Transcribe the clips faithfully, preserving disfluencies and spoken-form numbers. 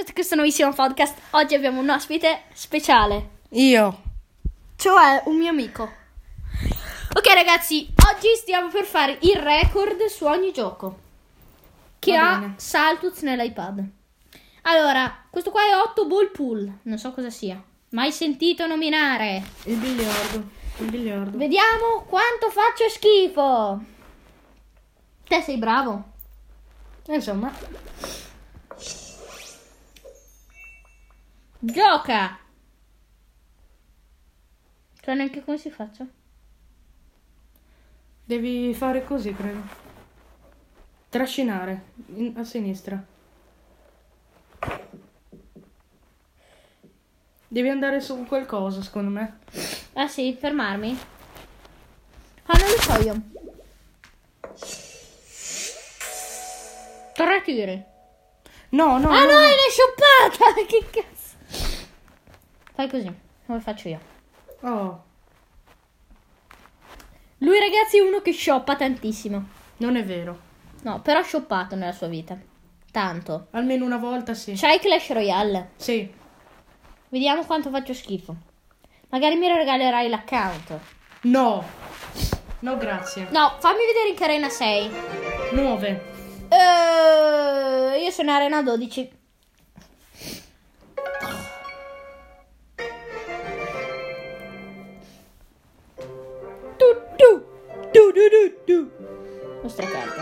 tutti a questo nuovissimo podcast. Oggi abbiamo un ospite speciale. Io. Cioè un mio amico. Ok ragazzi, oggi stiamo per fare il record su ogni gioco che Va ha bene. Saltuz nell'iPad. Allora, questo qua è otto ball pool. Non so cosa sia. Mai sentito nominare. Il biliardo. Il biliardo. Vediamo quanto faccio schifo. Te sei bravo. Insomma. Gioca. So neanche come si faccia. Devi fare così, credo. Trascinare. in- a sinistra. Devi andare su qualcosa, secondo me. Ah sì, fermarmi? Ah, non lo so io. Tre tiri. No, no, Ah no. no, è una scioppata! Che cazzo? Fai così, come faccio io. Oh, Lui ragazzi è uno che scioppa tantissimo. non è vero. No, però ha scioppato nella sua vita. Tanto. Almeno una volta sì. C'hai Clash Royale? Sì. Vediamo quanto faccio schifo. Magari mi regalerai l'account. No. No, grazie. No, fammi vedere in che arena sei. Nuove. Eh, io sono in arena dodici. Tu tu tu tu tu tu. Nostra carta.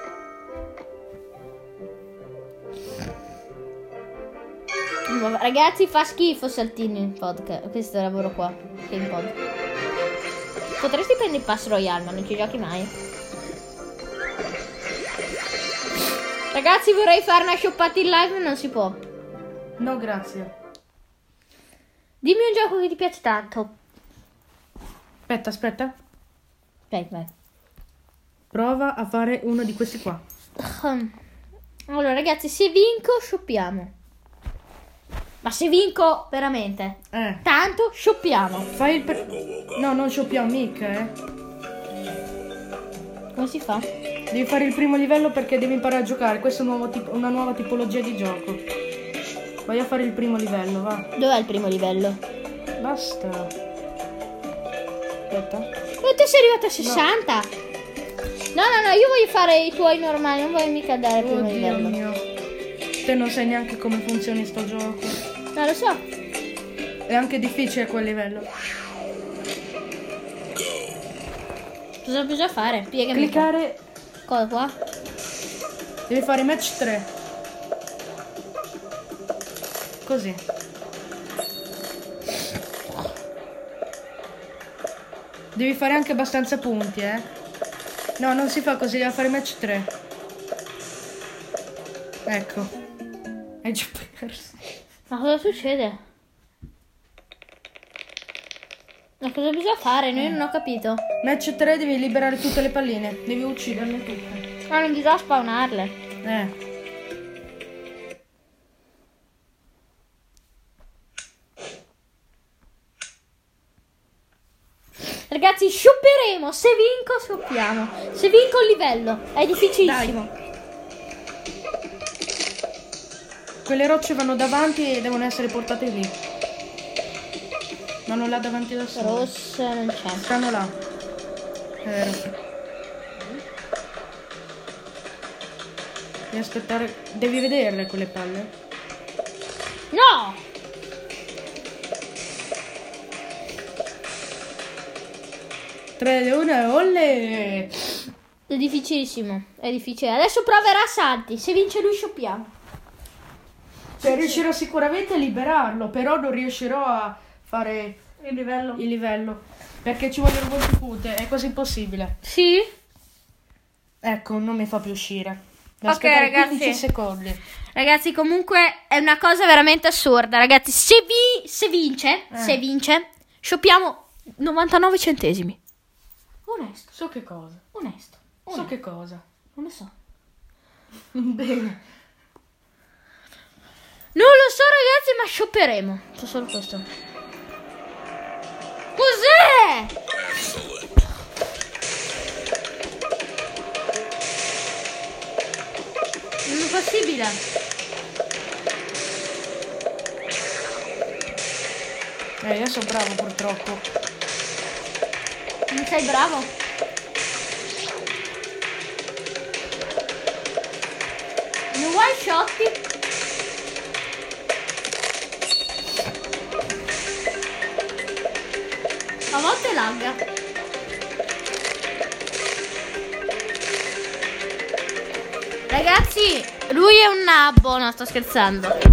Ma ragazzi, fa schifo saltino in podcast. Questo lavoro qua. Che in pod. Potresti prendere il pass royale, ma non ci giochi mai. Ragazzi, vorrei fare una shoppata in live, ma non si può. No, grazie. Dimmi un gioco che ti piace tanto. Aspetta, aspetta. Vai, vai. Prova a fare uno di questi qua. Allora, ragazzi, se vinco, shoppiamo. Ma se vinco, veramente. Eh. Tanto, shoppiamo. Fai il... pre- No, non shoppiamo mica, eh. Come si fa? Devi fare il primo livello perché devi imparare a giocare. Questa è un nuovo tipo- una nuova tipologia di gioco. Vai a fare il primo livello, va. Dov'è il primo livello? Basta. Aspetta. Ma te sei arrivato a sessanta? No, no, no, io voglio fare i tuoi normali, non voglio mica dare il primo Oddio livello. mio. Te non sai neanche come funzioni sto gioco. No, lo so. È anche difficile quel livello. Cosa bisogna fare? Spiegami. Cliccare. Cosa qua? Devi fare match tre. Così. Devi fare anche abbastanza punti, eh. No, non si fa così, devi fare match tre. Ecco. Hai già perso. Ma cosa succede? Ma cosa bisogna fare? Io non ho capito. Match tre devi liberare tutte le palline. Devi ucciderle tutte. Ah, non bisogna spawnarle. Eh. Ragazzi, shopperemo. Se vinco, shoppiamo. Se vinco il livello. È difficilissimo. Quelle rocce vanno davanti e devono essere portate lì. Vanno là davanti da solo. Rossa non c'è. Stanno là. È vero. Devi aspettare. Devi vederle quelle palle. No! tre, due, uno, olle! È difficilissimo. È difficile. Adesso proverà salti. Se vince lui, shoppiamo. Cioè, riuscirò sicuramente a liberarlo, però non riuscirò a fare Il livello. il livello. Perché ci vogliono molti punti, è quasi impossibile. Sì? Ecco, non mi fa più uscire. Devo Ok, aspettare ragazzi. quindici secondi. Ragazzi, comunque è una cosa veramente assurda. Ragazzi, se, vi, se vince, Eh. se vince, shoppiamo novantanove centesimi. Onesto, So che cosa? onesto. So onesto. che cosa? Non lo so. Bene. Non lo so, ragazzi, ma shopperemo. So solo questo. Cos'è? Non è possibile. Eh, io sono bravo purtroppo. Non sei bravo? Mi vuoi shotti? A volte lagga. Ragazzi, lui è un nabbo, no, sto scherzando.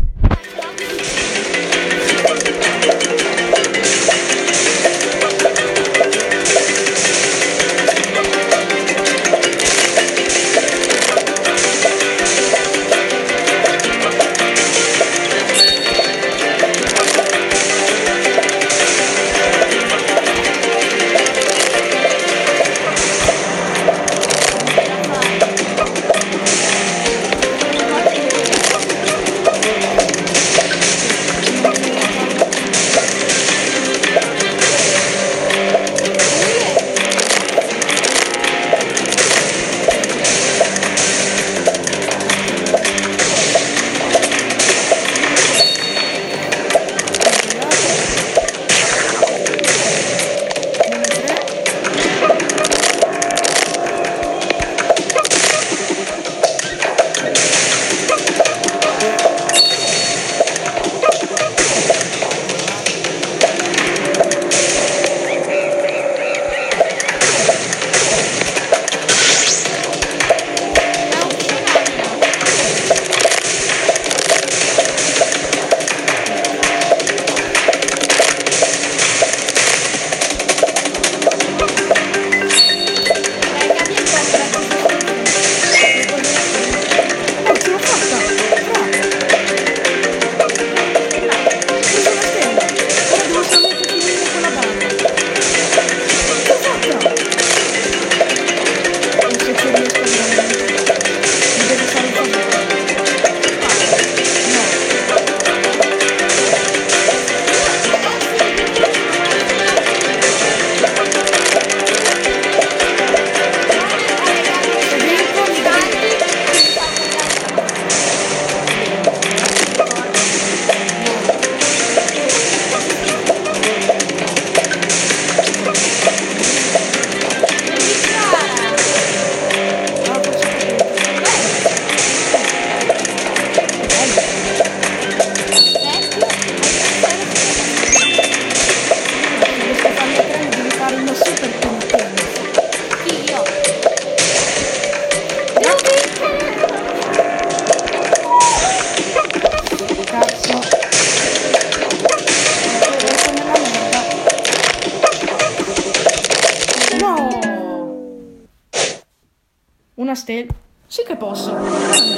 Una stella. Sì che posso. Dove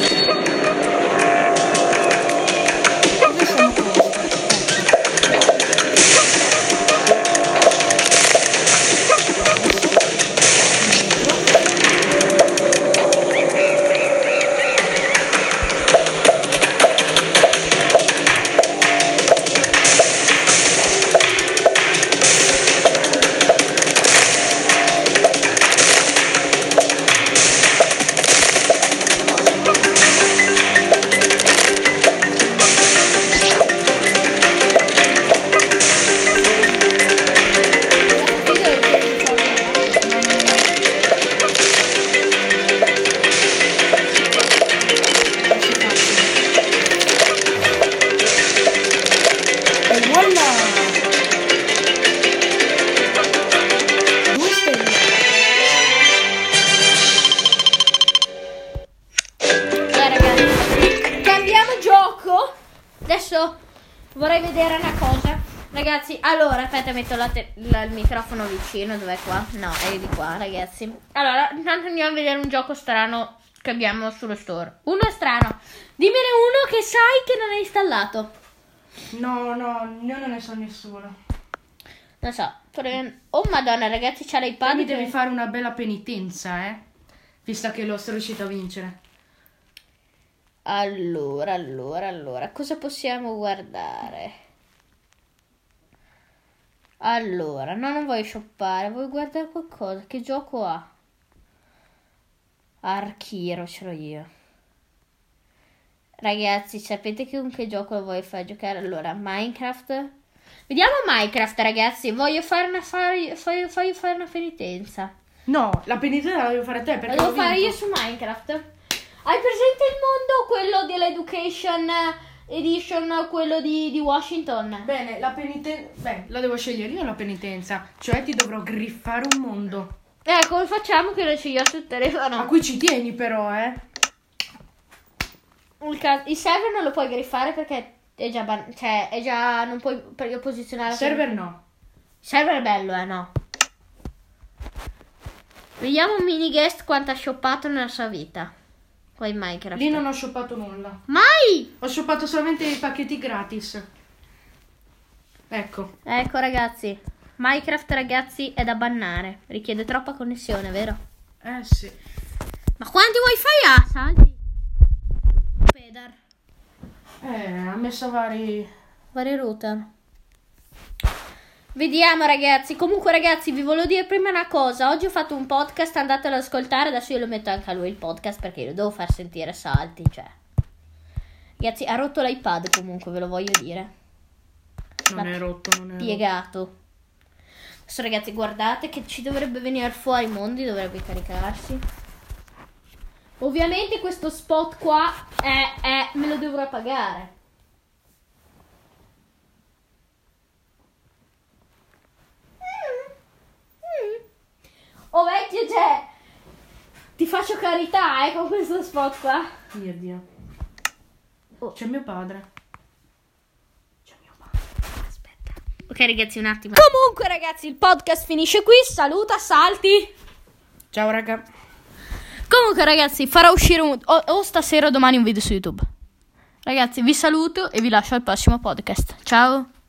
sono posto? Vorrei vedere una cosa. Ragazzi, allora, aspetta, metto la te- la- il microfono vicino. Dov'è qua? No, è di qua, ragazzi. Allora, intanto andiamo a vedere un gioco strano che abbiamo sullo store. Uno è strano. Dimmene uno che sai che non è installato. No, no, io non ne so nessuno. Non so. Pre- oh, madonna, ragazzi, c'ha l'iPad. Poi mi che- devi fare una bella penitenza, eh? Visto che lo sono riuscito a vincere. Allora, allora, allora, cosa possiamo guardare? Allora, no, non voglio shoppare, voglio guardare qualcosa. Che gioco ha? Archiro, ce l'ho io. Ragazzi, sapete che con che gioco lo voglio far giocare? Allora, Minecraft. Vediamo Minecraft, ragazzi. Voglio fare una, fare, voglio, voglio fare una penitenza. No, la penitenza la devo fare te perché La devo ho fare vinto. io su Minecraft. Hai presente il mondo, quello dell'Education Edition, quello di, di Washington? Bene, la penitenza... Beh, la devo scegliere io la penitenza. Cioè ti dovrò griffare un mondo. Eh, come facciamo che lo c'ho io sul telefono? A cui ci tieni però, eh. Il, ca- il server non lo puoi griffare perché è già... ban- cioè, è già... non puoi per- posizionare... Server no. Il server è bello, eh, no. Vediamo un mini guest quanto ha shoppato nella sua vita. Qua in Minecraft. Lì non ho shoppato nulla. Mai! Ho shoppato solamente i pacchetti gratis. Ecco. Ecco, ragazzi. Minecraft, ragazzi, è da bannare. Richiede troppa connessione, vero? Eh sì. Ma quanti wifi ha? Salti. Pedar. Eh, ha messo vari... Vari router. Vediamo, ragazzi. Comunque, ragazzi, vi volevo dire prima una cosa. Oggi ho fatto un podcast, andatelo ad ascoltare. Adesso io lo metto anche a lui il podcast perché lo devo far sentire salti, cioè. Ragazzi, ha rotto l'iPad comunque, ve lo voglio dire. Non Ma è rotto, non è rotto. Piegato. Adesso, ragazzi, guardate che ci dovrebbe venire fuori Mondi, dovrebbe caricarsi. Ovviamente questo spot qua è, è me lo dovrò pagare. Oh vecchio, cioè, ti faccio carità, eh, con questo spot qua. Mio Dio. Oh. C'è mio padre. C'è mio padre. Aspetta. Ok, ragazzi, un attimo. Comunque, ragazzi, il podcast finisce qui. Saluta, salti. Ciao, raga. Comunque, ragazzi, farò uscire un, o, o stasera o domani un video su YouTube. Ragazzi, vi saluto e vi lascio al prossimo podcast. Ciao.